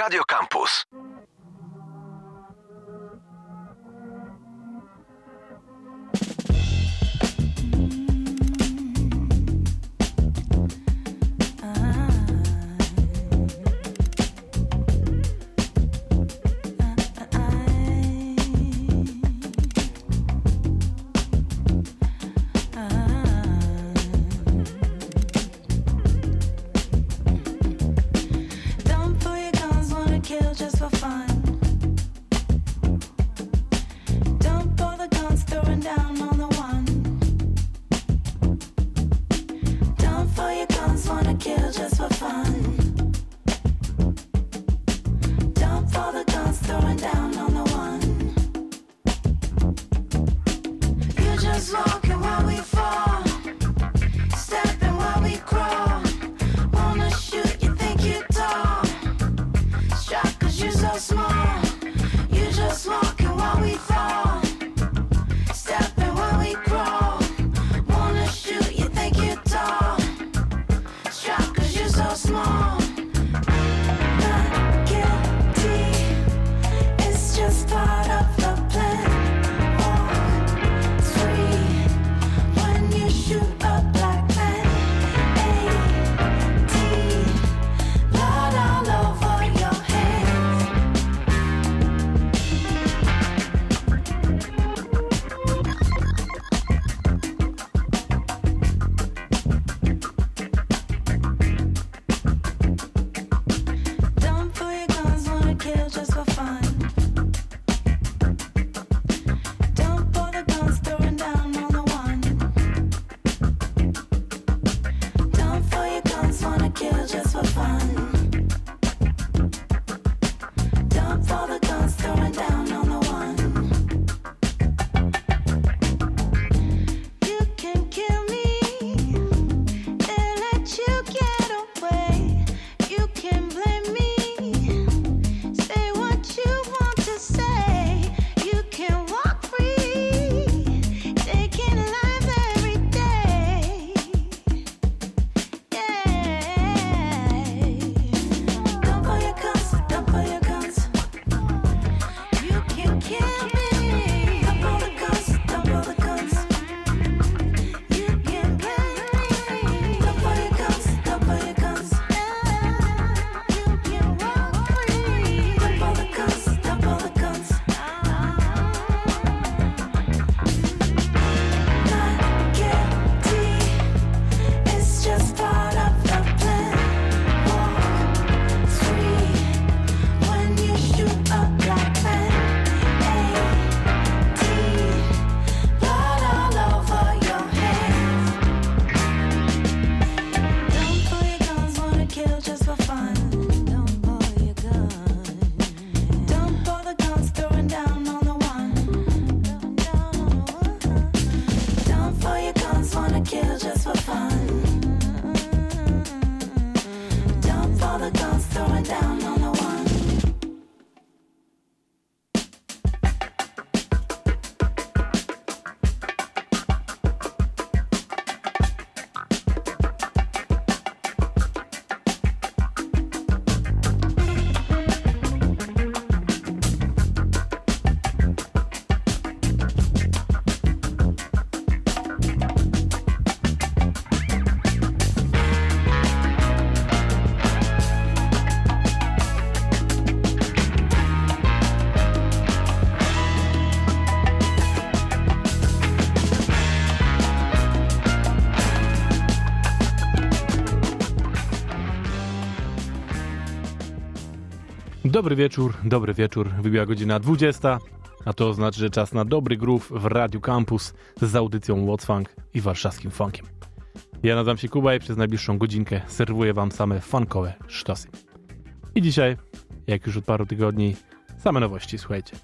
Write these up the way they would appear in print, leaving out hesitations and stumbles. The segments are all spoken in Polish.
Radio Campus. Dobry wieczór, wybiła godzina 20, a to znaczy, że czas na dobry groove w Radiu Campus z audycją What's Funk i warszawskim funkiem. Ja nazywam się Kuba i przez najbliższą godzinkę serwuję wam same funkowe sztosy. I dzisiaj, jak już od paru tygodni, same nowości, słuchajcie.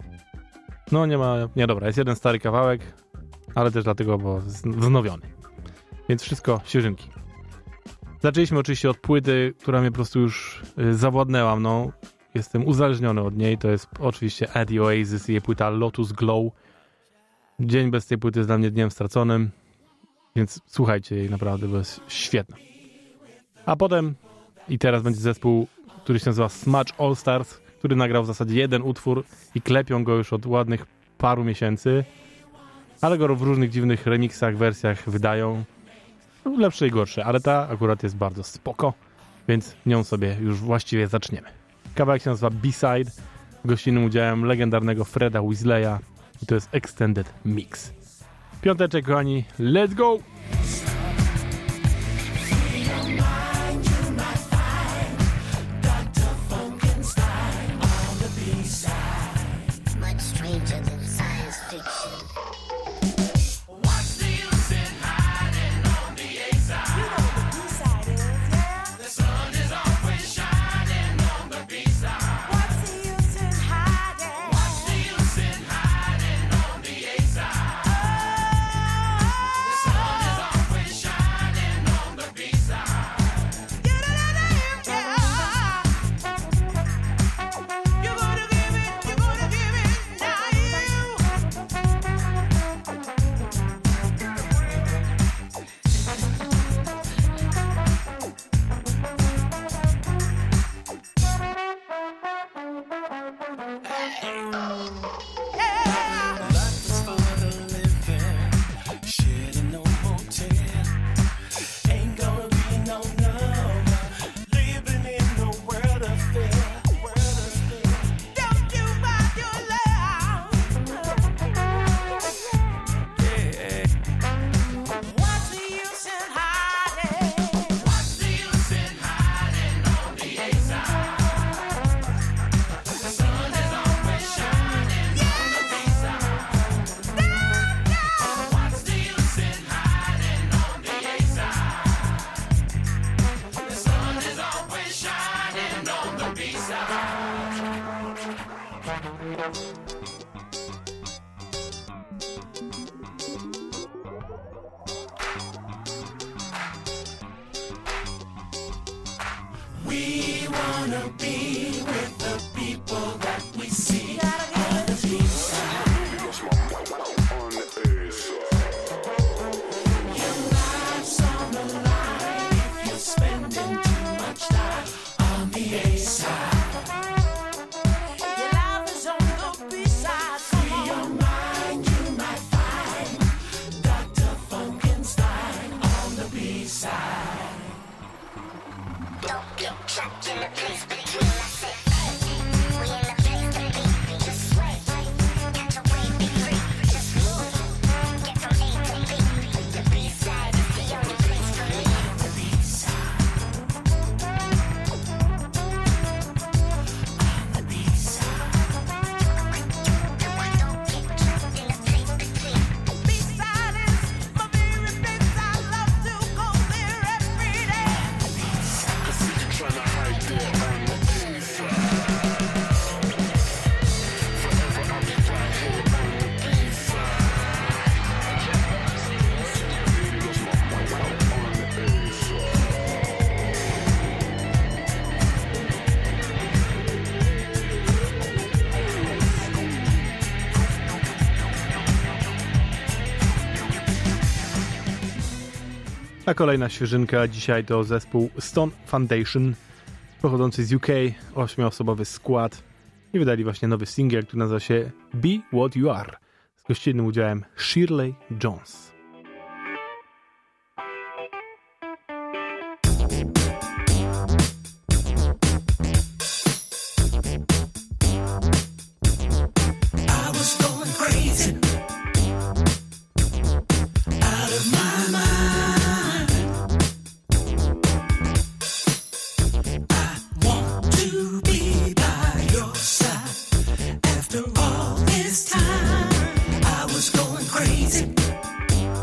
No dobra, jest jeden stary kawałek, ale też dlatego, bo wznowiony. Więc wszystko świeżynki. Zaczęliśmy oczywiście od płyty, która mnie po prostu już zawładnęła mną. Jestem uzależniony od niej. To jest oczywiście Eddie Oasis i jej płyta Lotus Glow. Dzień bez tej płyty jest dla mnie dniem straconym, więc słuchajcie jej naprawdę, bo jest świetna. A potem, i teraz będzie zespół, który się nazywa Smudge All Stars, który nagrał w zasadzie jeden utwór i klepią go już od ładnych paru miesięcy, ale go w różnych dziwnych remixach, wersjach wydają. Lepsze i gorsze, ale ta akurat jest bardzo spoko, więc nią sobie już właściwie zaczniemy. Kawałek się nazywa B-Side, gościnnym udziałem legendarnego Freda Weasleya i to jest Extended Mix. Piąteczek, kochani, let's go! A kolejna świeżynka dzisiaj to zespół Stone Foundation, pochodzący z UK, 8-osobowy skład i wydali właśnie nowy singiel, który nazywa się Be What You Are z gościnnym udziałem Shirley Jones. After all this time, I was going crazy.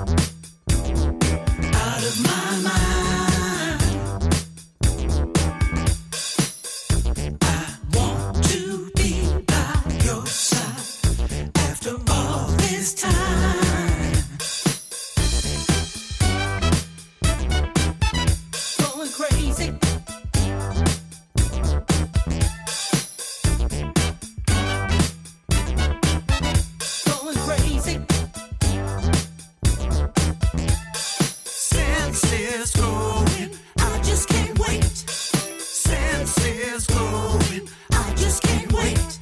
is growing. I just can't wait.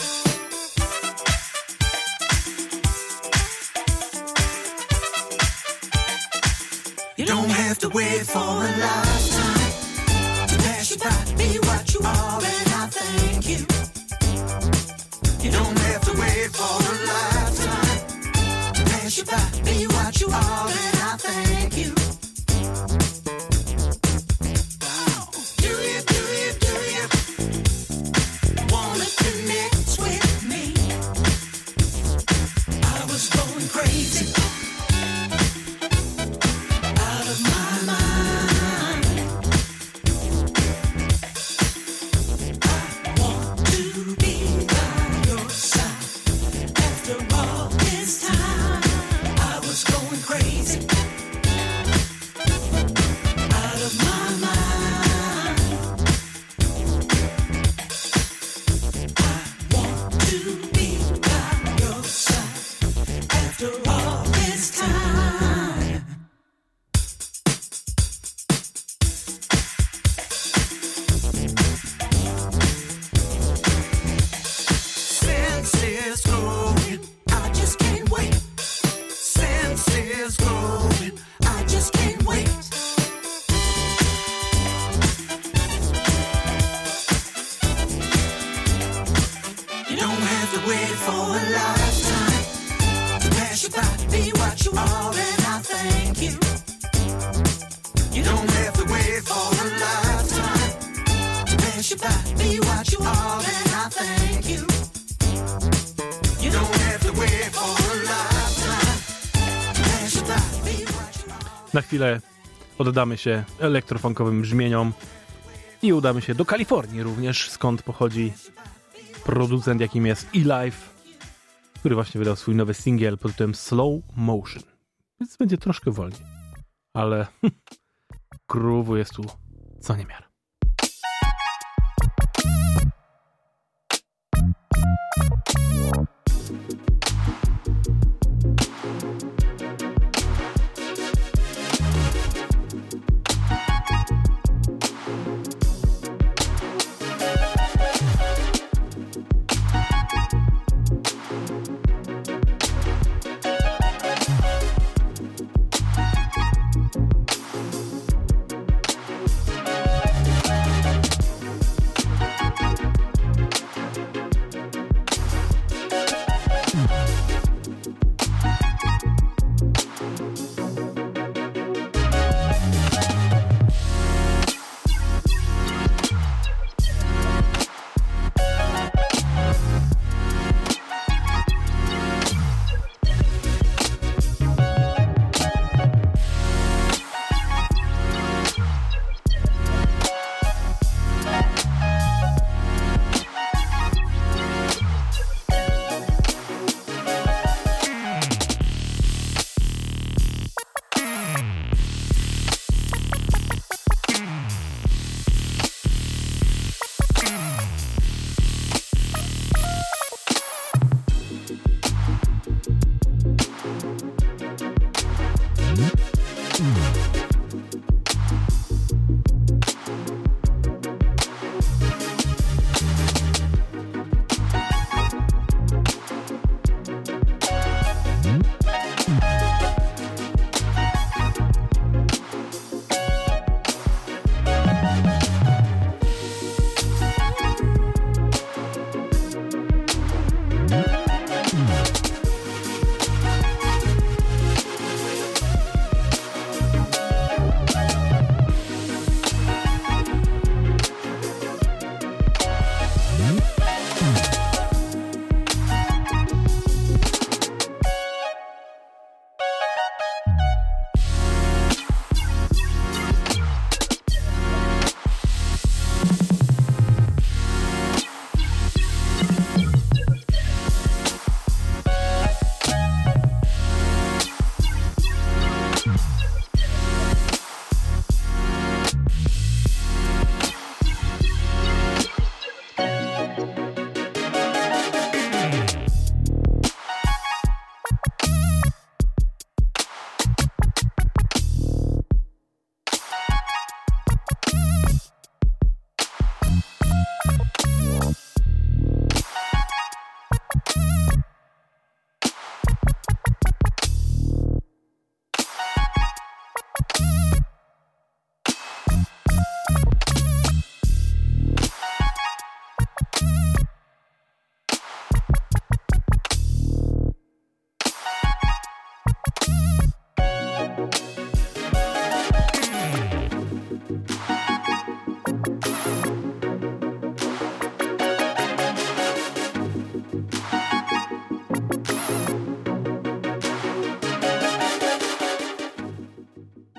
You don't have to wait for a lifetime to pass you by, be what you are, and I thank you. You don't have to wait for a lifetime to pass you by, be what you are, and I thank you. Na chwilę oddamy się elektrofunkowym brzmieniom i udamy się do Kalifornii również, skąd pochodzi producent, jakim jest E-Life, który właśnie wydał swój nowy singiel pod tytułem Slow Motion. Więc będzie troszkę wolniej, ale groove'u jest tu co niemiara.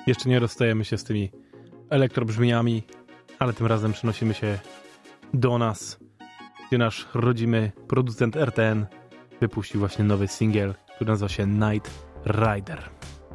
Jeszcze nie rozstajemy się z tymi elektrobrzmieniami, ale tym razem przenosimy się do nas, gdzie nasz rodzimy producent RTN wypuścił właśnie nowy singiel, który nazywa się Night Rider.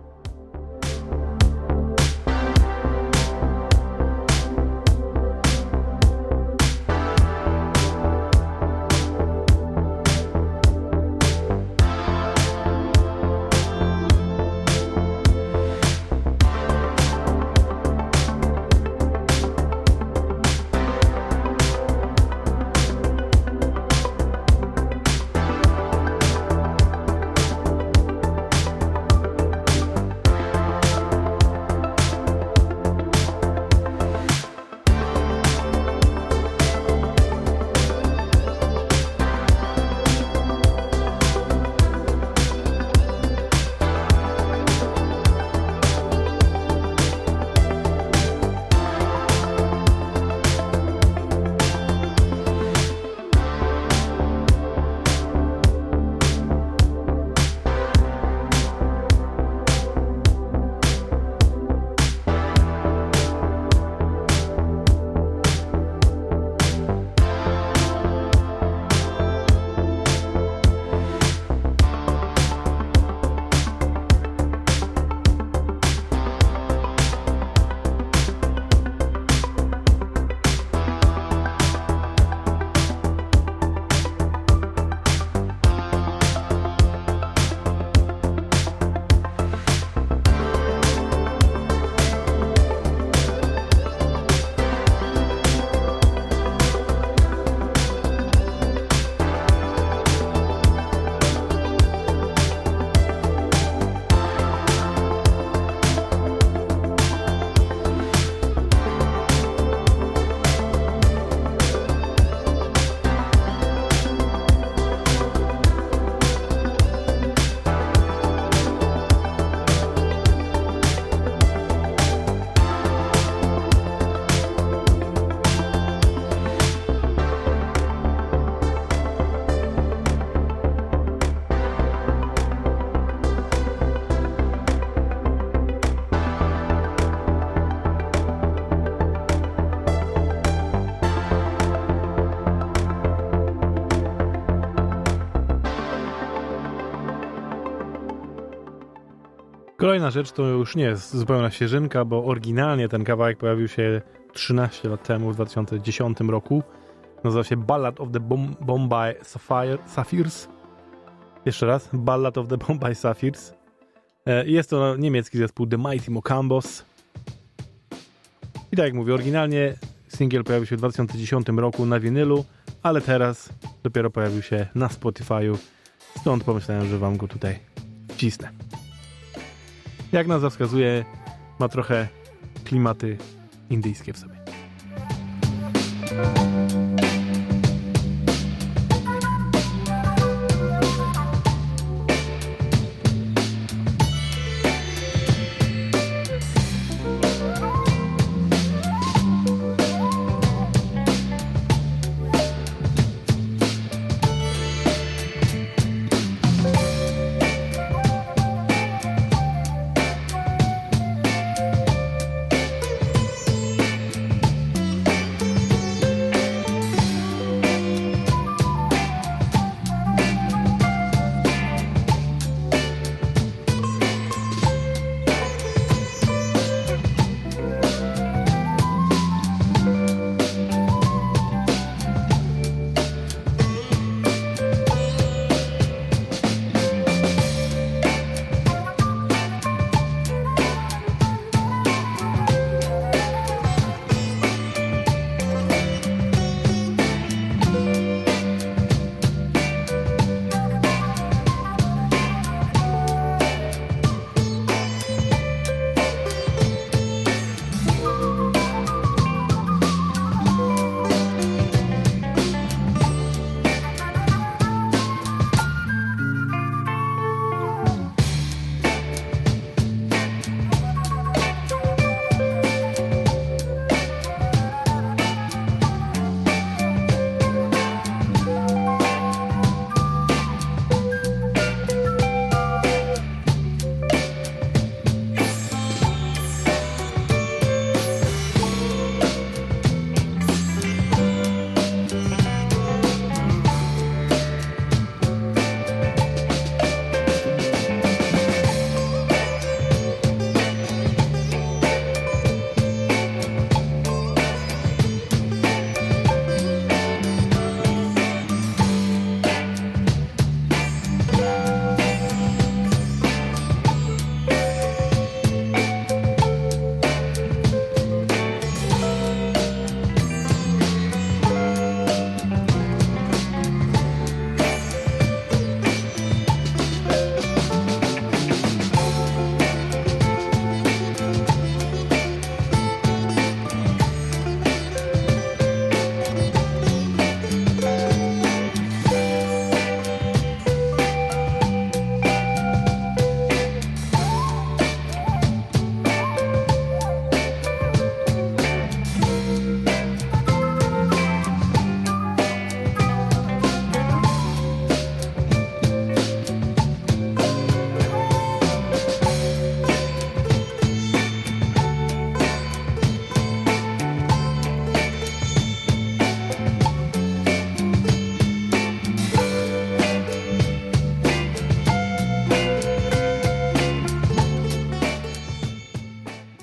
Kolejna rzecz to już nie jest zupełna świeżynka, bo oryginalnie ten kawałek pojawił się 13 lat temu, w 2010 roku. Nazywa się Ballad of the Bombay Sapphires. Jeszcze raz, Ballad of the Bombay Sapphires. Jest to niemiecki zespół The Mighty Mocambos. I tak jak mówię, oryginalnie singiel pojawił się w 2010 roku na winylu, ale teraz dopiero pojawił się na Spotify'u. Stąd pomyślałem, że wam go tutaj wcisnę. Jak nazwa wskazuje, ma trochę klimaty indyjskie w sobie.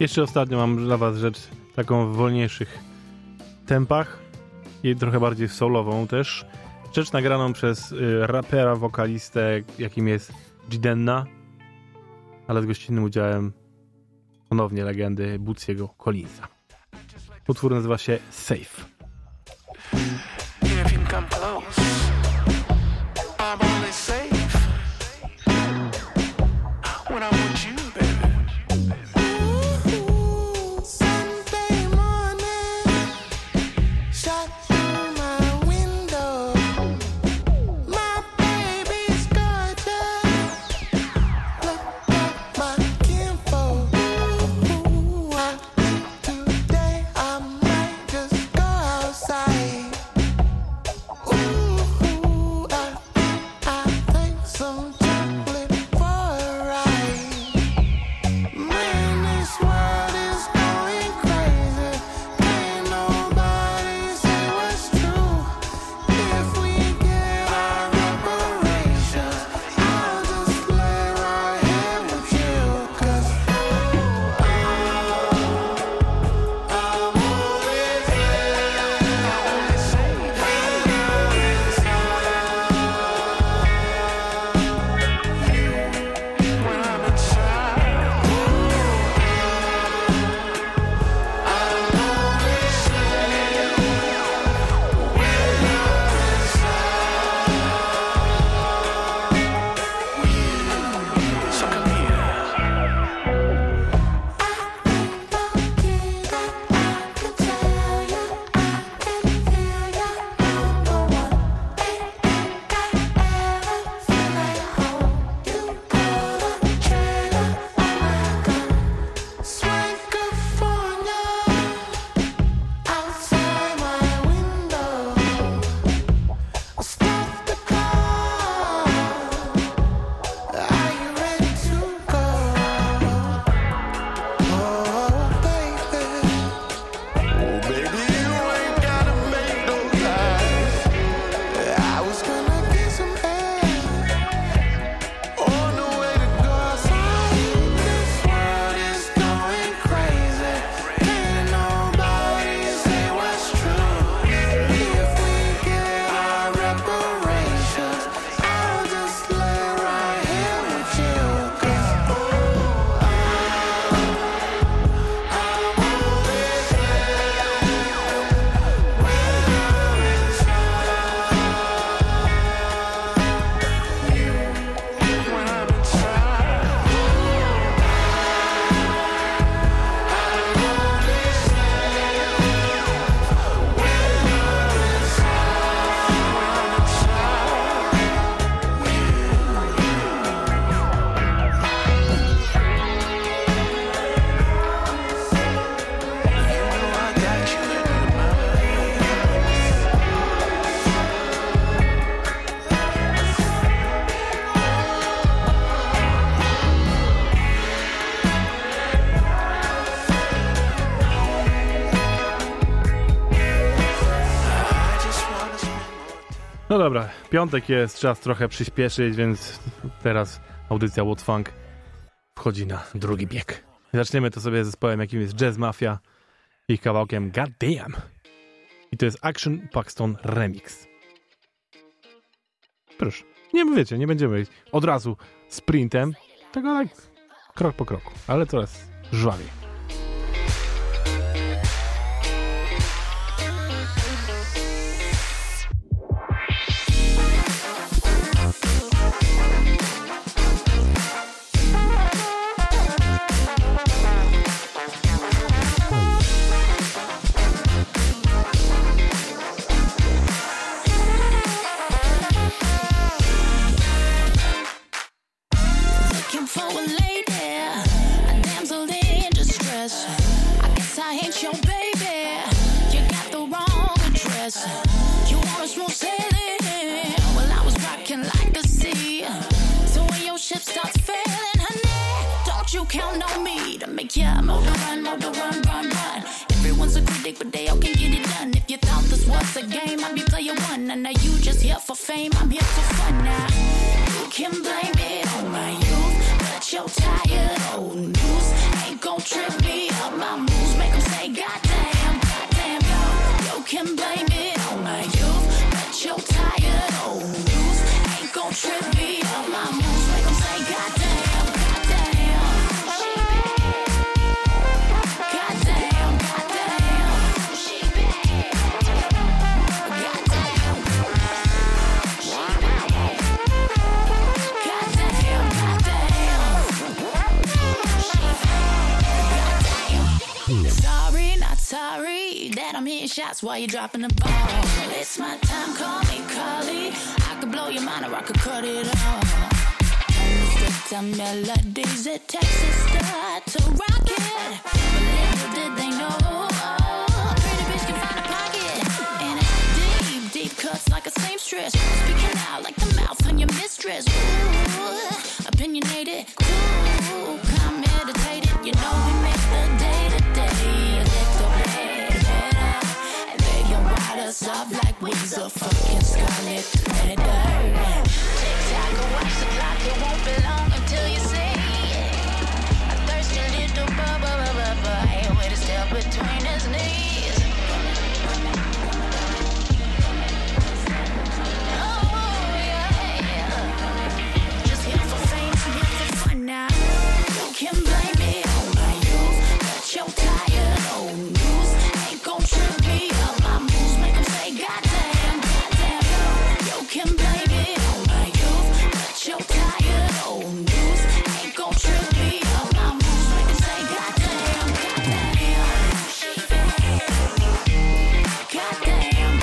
Jeszcze ostatnio mam dla was rzecz taką w wolniejszych tempach i trochę bardziej soulową też. Rzecz nagraną przez rapera, wokalistę, jakim jest Jidenna, ale z gościnnym udziałem ponownie legendy Bootsiego Collinsa. Utwór nazywa się Safe. No dobra, piątek jest, czas trochę przyspieszyć, więc teraz audycja What Funk wchodzi na drugi bieg. Zaczniemy to sobie z zespołem, jakim jest Jazz Mafia i ich kawałkiem God Damn. I to jest Action Paxton Remix. Proszę, nie wiecie, nie będziemy iść od razu sprintem, tylko tak krok po kroku, ale coraz żwawiej. You want a smooth sailing? Well, I was rocking like the sea. So when your ship starts failing, honey, don't you count on me to make you motor run, run. Everyone's a critic, but they all can get it done. If you thought this was a game, I'd be player one. And now you just here for fame, I'm here for fun now. You can blame it on my youth, but your tired old news ain't gon' gon' trip me up. My moves make them say goddamn, goddamn, yo can blame it on my youth, but your tired old news ain't gon' trip me up. My moves make them say goddamn, goddamn, goddamn, goddamn, sorry that I'm hitting shots while you're dropping the ball. It's my time, call me Carly. I could blow your mind or I could cut it off. The melodies that Texas start to rock it. But little did they know, pretty bitch can find a pocket. And it's deep, deep cuts like a seamstress. Speaking out like the mouth on your mistress. Ooh, opinionated, cool, calm, meditated. You know we make the day-to-day a little better. And they can ride us off like wings of fucking scarlet leather. Tick-tock, go watch the clock, it won't be long until you see a thirsty little boy with his tail between his knees. Oh, yeah. Just here for fame, here for fun now. You can blame me on my youth, but your tired old news ain't gon' trip me up. My moves make them say goddamn, goddamn. You can blame it on my youth, but your tired old news ain't gon' trip me up. My moves make them say goddamn, goddamn, goddamn,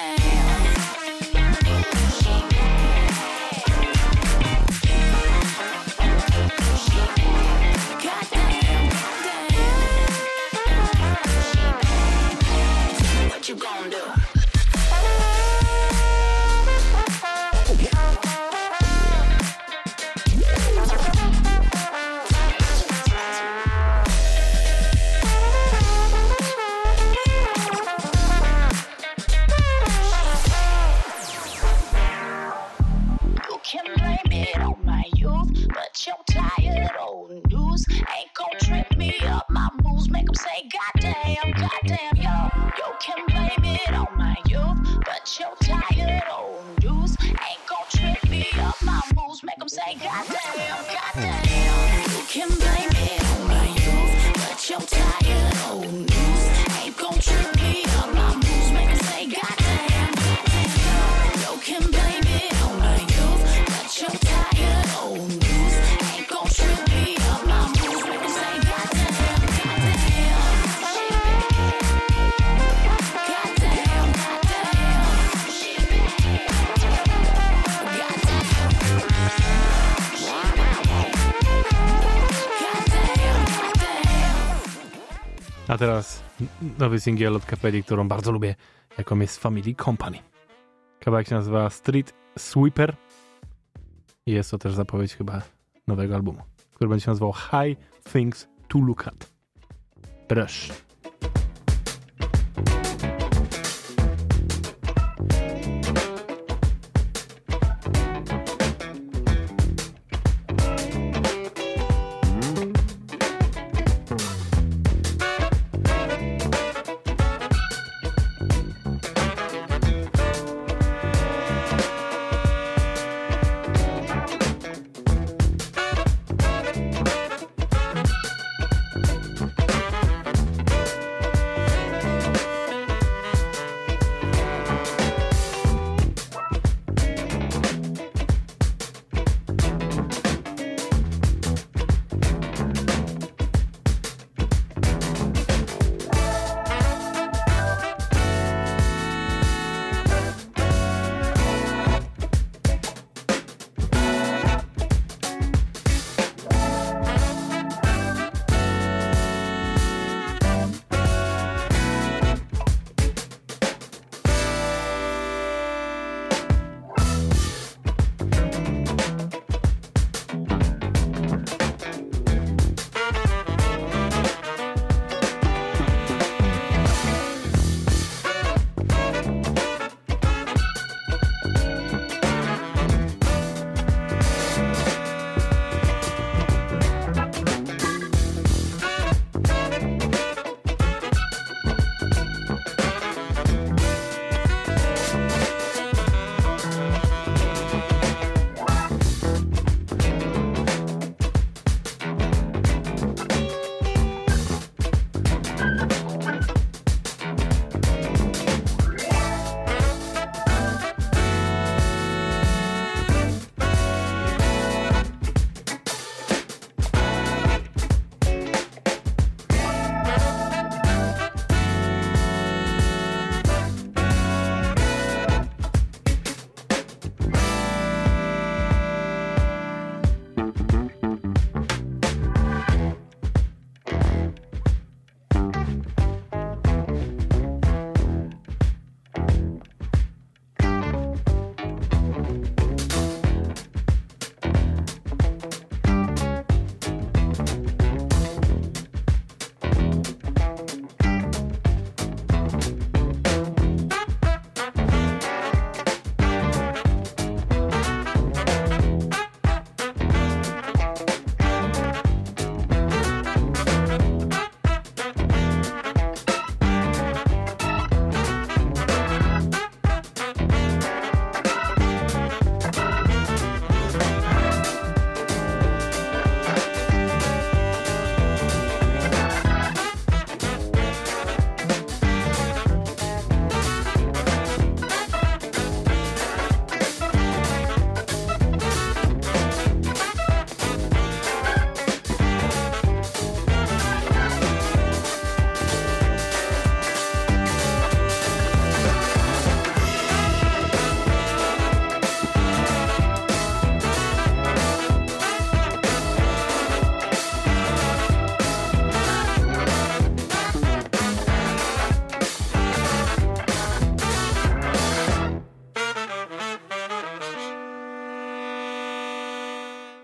goddamn, goddamn. What you gon' do? You can blame it on my youth, but your tired old news ain't gon' trip me up. My moves make them say goddamn, goddamn, yo. You can blame it on my youth, but your tired old news ain't gon' trip me up. My moves make them say goddamn, goddamn. You can blame it on my youth, but your tired old news ain't gon' trip me up. My moves make them say goddamn, goddamn. You can blame it on my youth, but your tired old news ain't gon' trip me up. My moves make them say goddamn, goddamn, goddamn, A teraz nowy singiel od kapeli, którą bardzo lubię, jaką jest Family Company. Kawałek się nazywa Street Sweeper i jest to też zapowiedź chyba nowego albumu, który będzie się nazywał High Things to Look At. Rush.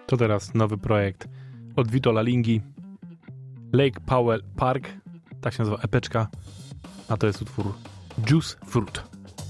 To teraz nowy projekt od Vito Lalingi. Lake Powell Park, tak się nazywa epeczka, a to jest utwór Juice Fruit.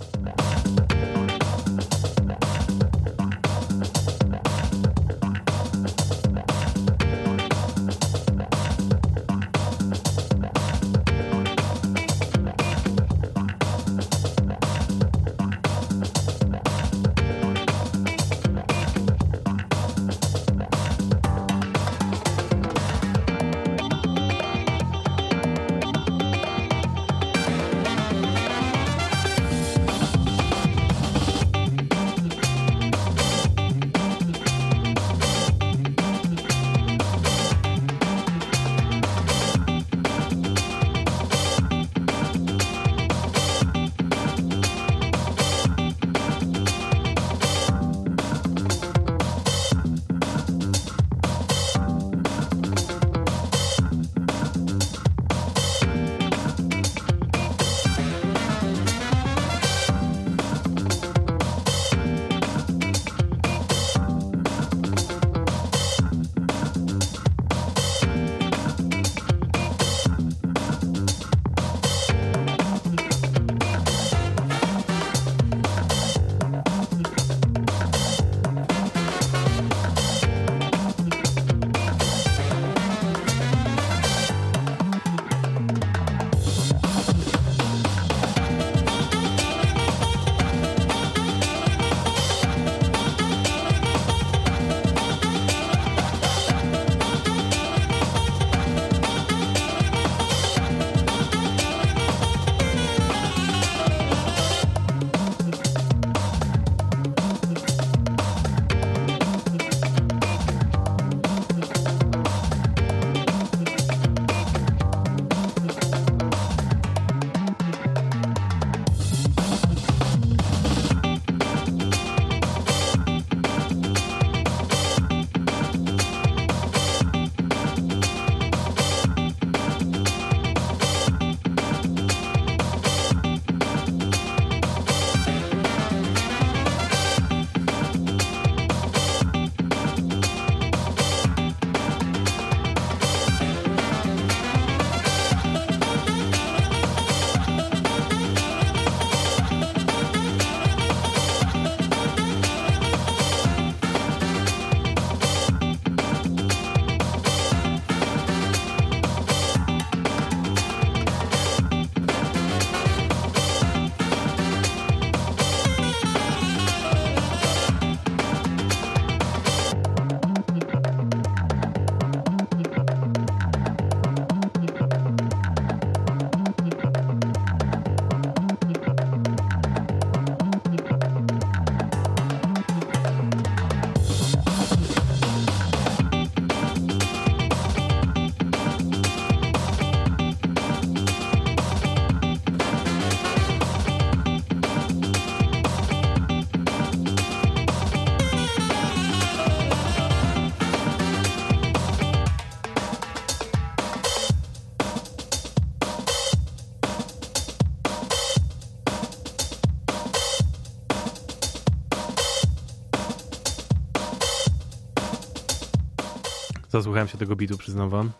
Zasłuchałem się tego bitu, przyznam wam.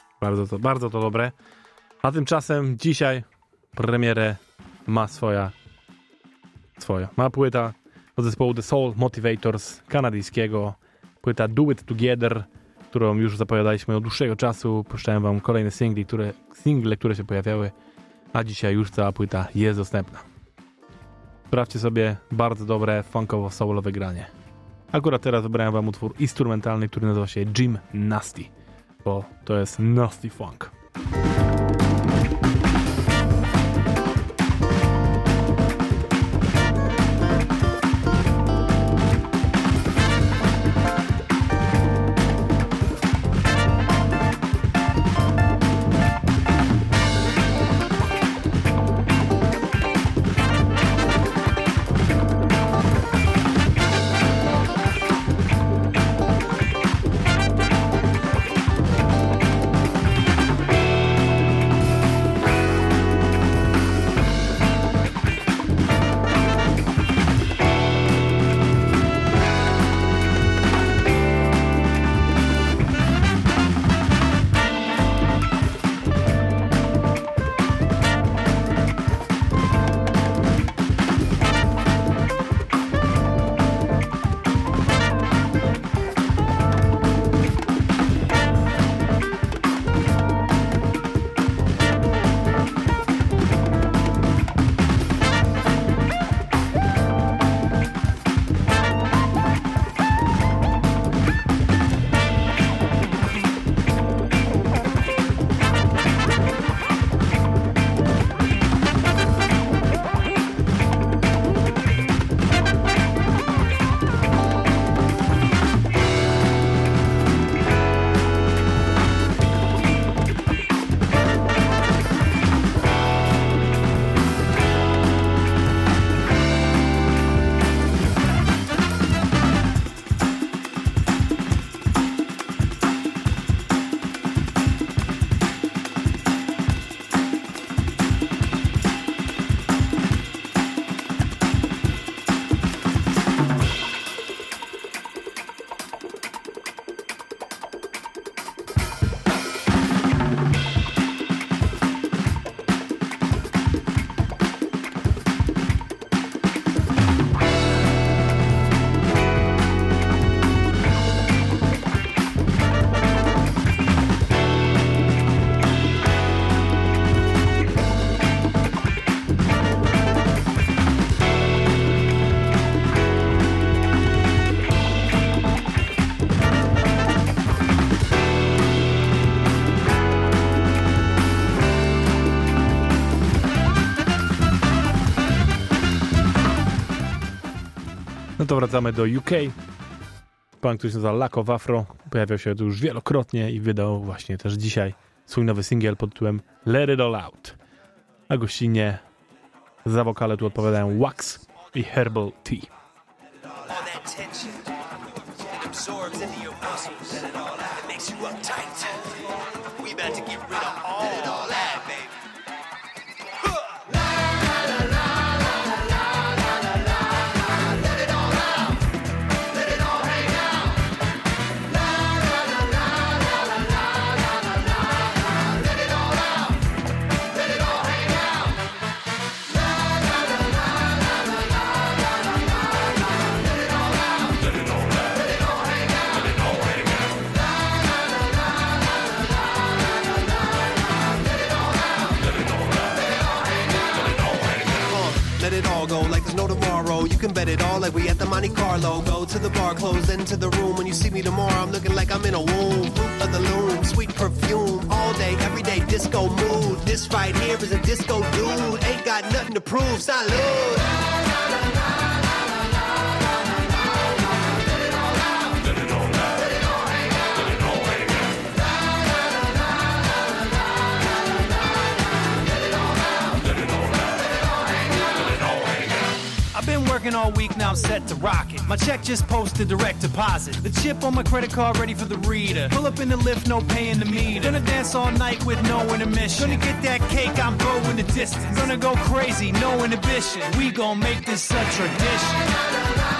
Bardzo to dobre. A tymczasem dzisiaj premierę ma ma płyta od zespołu The Soul Motivators kanadyjskiego. Płyta Do It Together, którą już zapowiadaliśmy od dłuższego czasu. Puszczałem wam kolejne single, które się pojawiały, a dzisiaj już cała płyta jest dostępna. Sprawdźcie sobie bardzo dobre funkowo-soulowe granie. Akurat teraz wybrałem wam utwór instrumentalny, który nazywa się Jim Nasty, bo to jest Nasty Funk. No to wracamy do UK. Pan, który się nazywa Lack of Afro, pojawiał się tu już wielokrotnie i wydał właśnie też dzisiaj swój nowy singiel pod tytułem Let It All Out. A gościnnie za wokale tu odpowiadają Wax i Herbal Tea. You can bet it all like we at the Monte Carlo. Go to the bar, close into the room. When you see me tomorrow, I'm looking like I'm in a womb. Fruit of the loom, sweet perfume. All day, every day, disco mood. This right here is a disco dude. Ain't got nothing to prove, salute. Working all week, now I'm set to rock it. My check just posted direct deposit. The chip on my credit card ready for the reader. Pull up in the lift, no paying the meter. Gonna dance all night with no intermission. Gonna get that cake, I'm going the distance. Gonna go crazy, no inhibition. We gon' make this a tradition.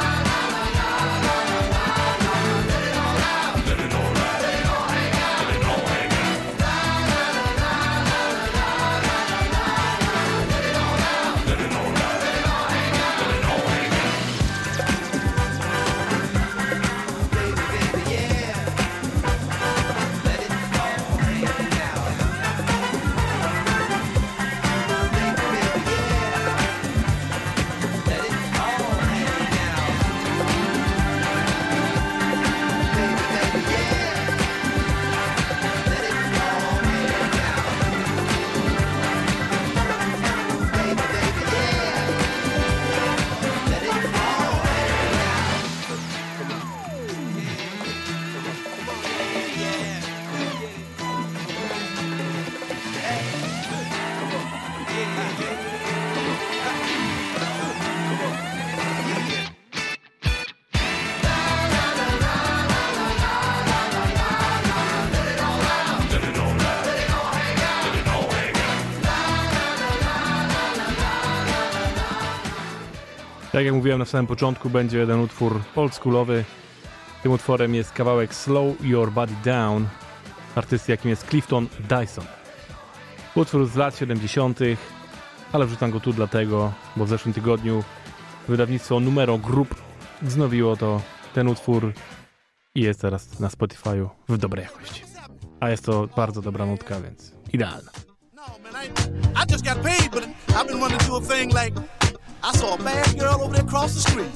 Tak jak mówiłem na samym początku, będzie jeden utwór oldschoolowy. Tym utworem jest kawałek Slow Your Body Down artysty, jakim jest Clifton Dyson. Utwór z lat 70., ale wrzucam go tu dlatego, bo w zeszłym tygodniu wydawnictwo Numero Group wznowiło ten utwór i jest teraz na Spotify'u w dobrej jakości. A jest to bardzo dobra nutka, więc idealna. I just got paid, but I've been wanting to do a thing like I saw a bad girl over there across the street.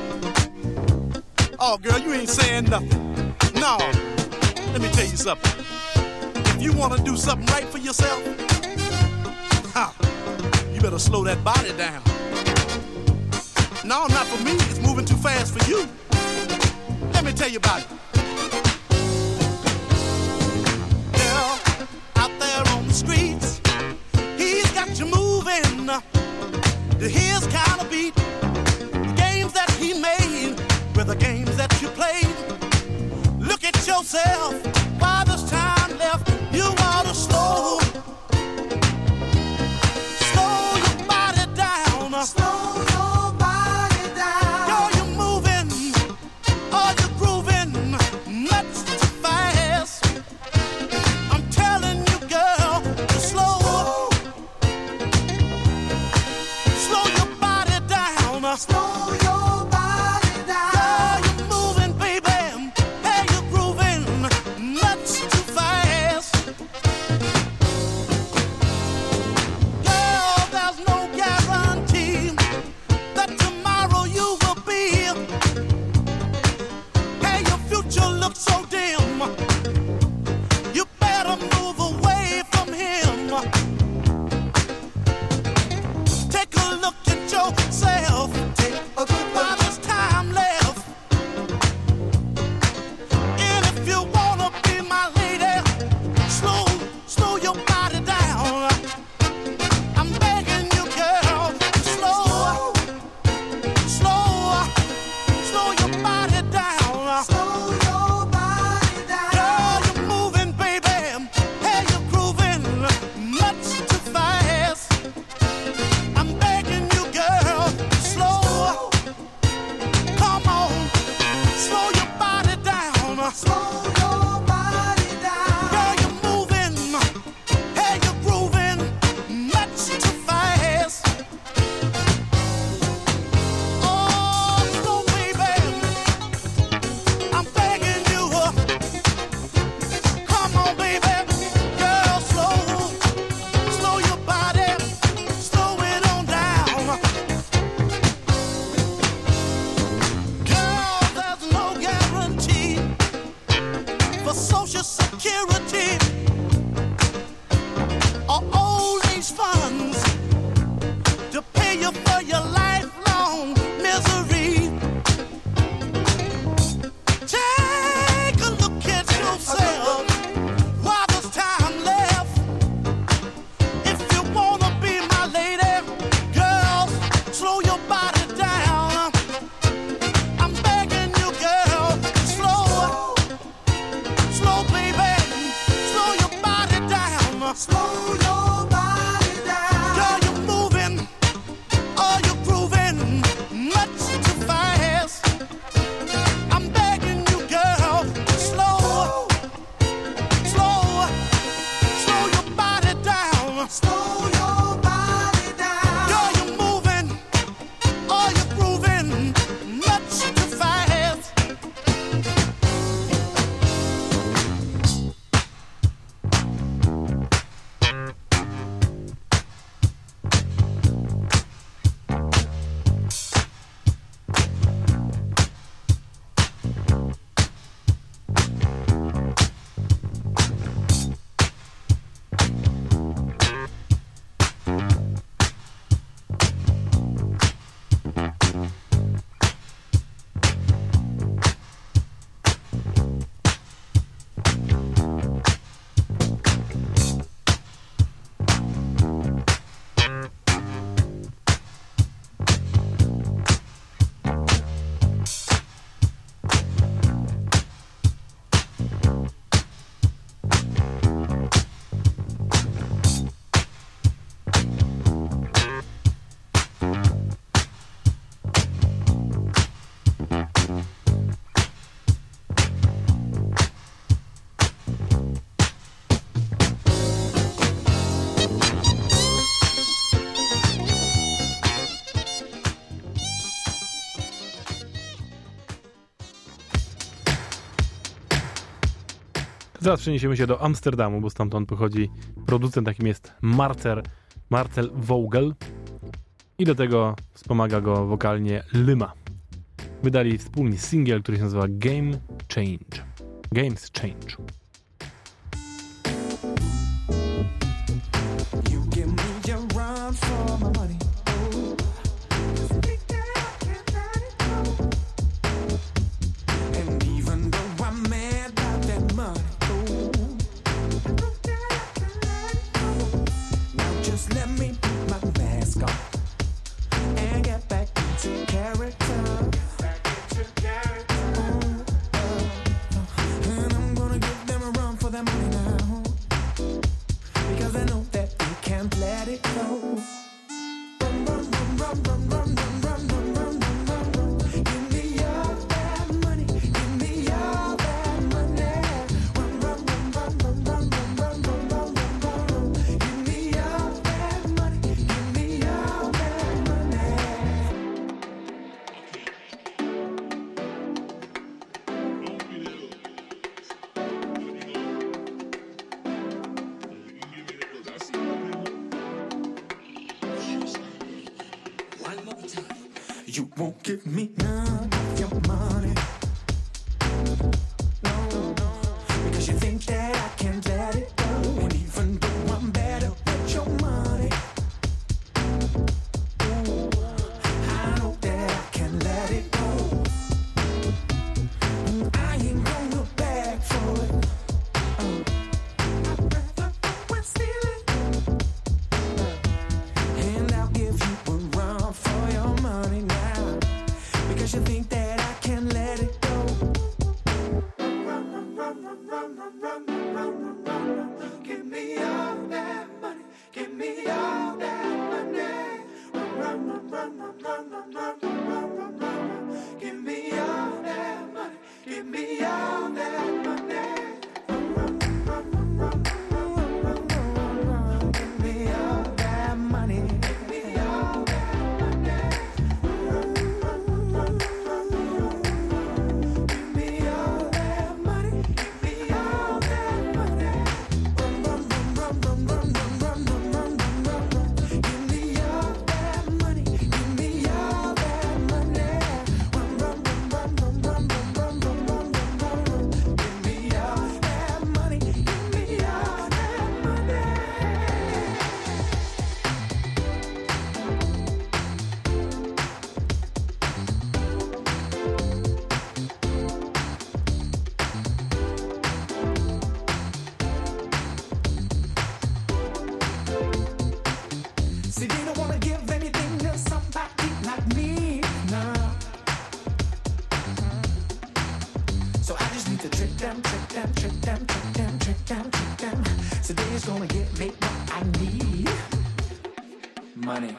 Oh, girl, you ain't saying nothing. No, let me tell you something. If you want to do something right for yourself, you better slow that body down. No, not for me. It's moving too fast for you. Let me tell you about it. Girl, out there on the streets, he's got you moving to his kind of beat. The games that he made were the games that you played. Look at yourself while there's time left. You ought to slow your body down. Slow your body down. Girl, you're moving, or you're grooving much too fast. I'm telling you, girl, to slow your body down. Slow your body down. Girl, you're moving, baby. Hey, you're grooving much too fast. Security or old age funds to pay you for your lifelong misery. Take a look at yourself while there's time left. If you wanna be my lady, girl, slow your body down. I'm begging you, girl, slow, baby, slow your body down. Slow your body down. Girl, you're moving, oh, you're grooving much too fast. I'm begging you, girl, slow your body down. Slow your body down. Girl, you're moving, oh, you're grooving much too fast. Zaraz przeniesiemy się do Amsterdamu, bo stamtąd pochodzi producent, jakim jest Marcel Vogel. I do tego wspomaga go wokalnie Lyma. Wydali wspólnie singiel, który się nazywa Games Change. You give me your run for my money. And even though I'm mad about that money, now just let me put my mask on and get back into character. And I'm gonna give them a run for their money now, because I know that they can't let it go. Run, run, run, run, run, run, run, run, run, run, run, run. Give me all that money. Give me all that money. Run, run, run, run, run, run, run, run, run, run, run, run. Give me all that money. Give me all that money. You won't give me none of your money. No, because you think that I can't let it go. And even though I'm better with your money, I know that I can let it go. I ain't gonna beg for it. I'd rather go and steal it. And I'll give you a run for your money now, because you think that I can let it go. Run, run, run, run, run, run, run, run, run, run, run. Give me all that money. Give me all that money. Run, run, run, run, run, run, run, run, run, run, run. Give me all that money. Give me all that money. Run, run, run, run, run, run, run, run, run. Give me all that money. Give me all that money. Run, run, run, run, run, run, run. them, trick them, trick them, trick them, trick them, trick them. Today's gonna get me what I need. Money.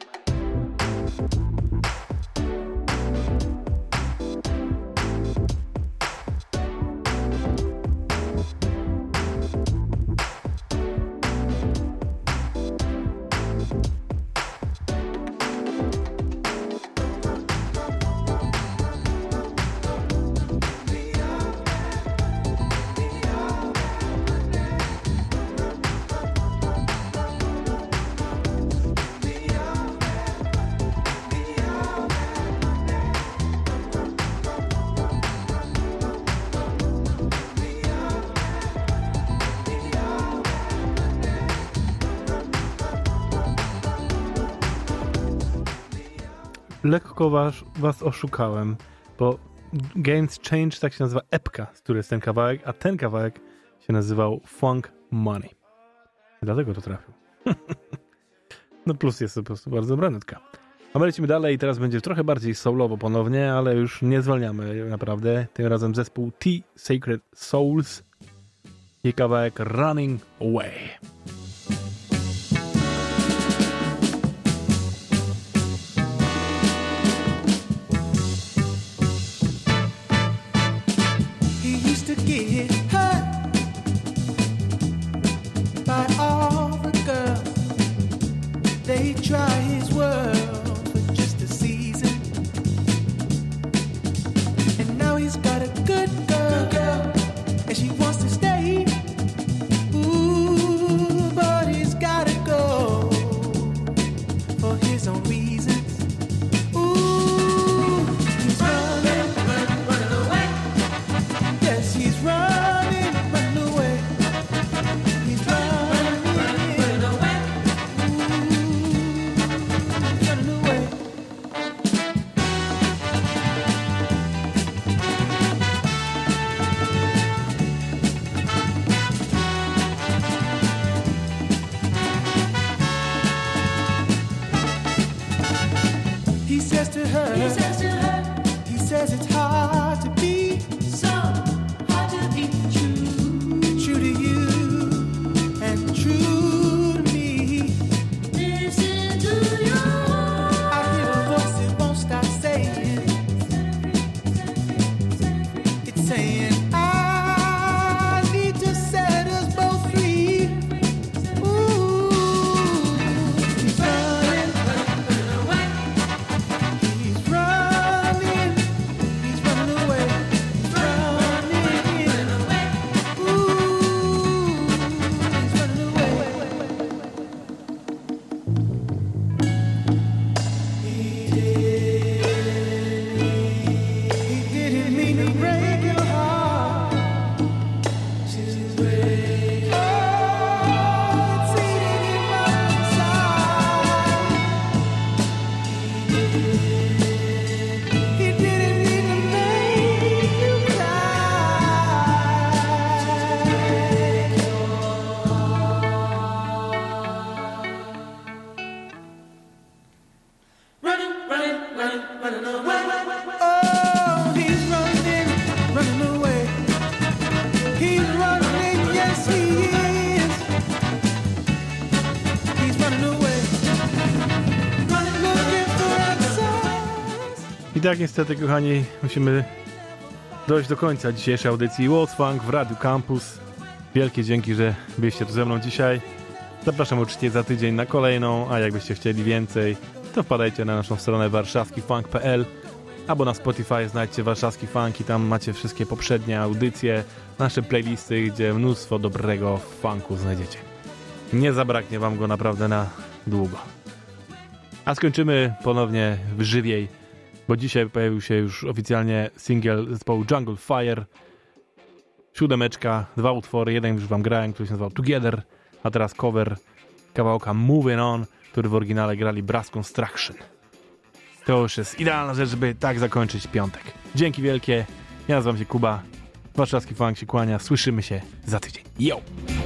Lekko was oszukałem, bo Games Change tak się nazywa epka, z której jest ten kawałek, a ten kawałek się nazywał Funk Money. Dlatego to trafił. No plus jest to po prostu bardzo dobra nutka. A my lecimy dalej i teraz będzie trochę bardziej soulowo ponownie, ale już nie zwalniamy naprawdę. Tym razem zespół T Sacred Souls i kawałek Running Away. Get hurt by all the girls. They try his world for just a season, and now he's got a good girl, and she wants to stay. Ooh, but he's gotta go for his own reasons. Ooh, he's running away. Yes, he's running away. He's running away. Ooh, running away. He says to her, he says it's hard to be so hard to be true to you and true to me. Listen to you. I hear a voice that won't stop saying, it's saying, I need to set us both free. Ooh, he's running away. He's running away. He's running away. Ooh, he's running away. He didn't mean to break your heart. Just break. Oh, it's eating him up inside. He didn't mean to make you cry. Running away. Oh, he's running away. He's running, yes he is. He's running away. Looking for answers. I tak niestety, kochani, musimy dojść do końca dzisiejszej audycji What's Funk w Radiu Campus. Wielkie dzięki, że byliście tu ze mną dzisiaj. Zapraszam oczywiście za tydzień na kolejną, a jakbyście chcieli więcej, to wpadajcie na naszą stronę warszawskifunk.pl albo na Spotify znajdźcie Warszawski Funk i tam macie wszystkie poprzednie audycje, nasze playlisty, gdzie mnóstwo dobrego funku znajdziecie. Nie zabraknie wam go naprawdę na długo. A skończymy ponownie żywiej, bo dzisiaj pojawił się już oficjalnie singiel zespołu Jungle Fire. 7, 2 utwory, jeden już wam grałem, który się nazywał Together, a teraz cover kawałka Moving On, który w oryginale grali Brass Construction. To już jest idealna rzecz, żeby tak zakończyć piątek. Dzięki wielkie, ja nazywam się Kuba, Warszawski Funk się kłania, słyszymy się za tydzień. Yo!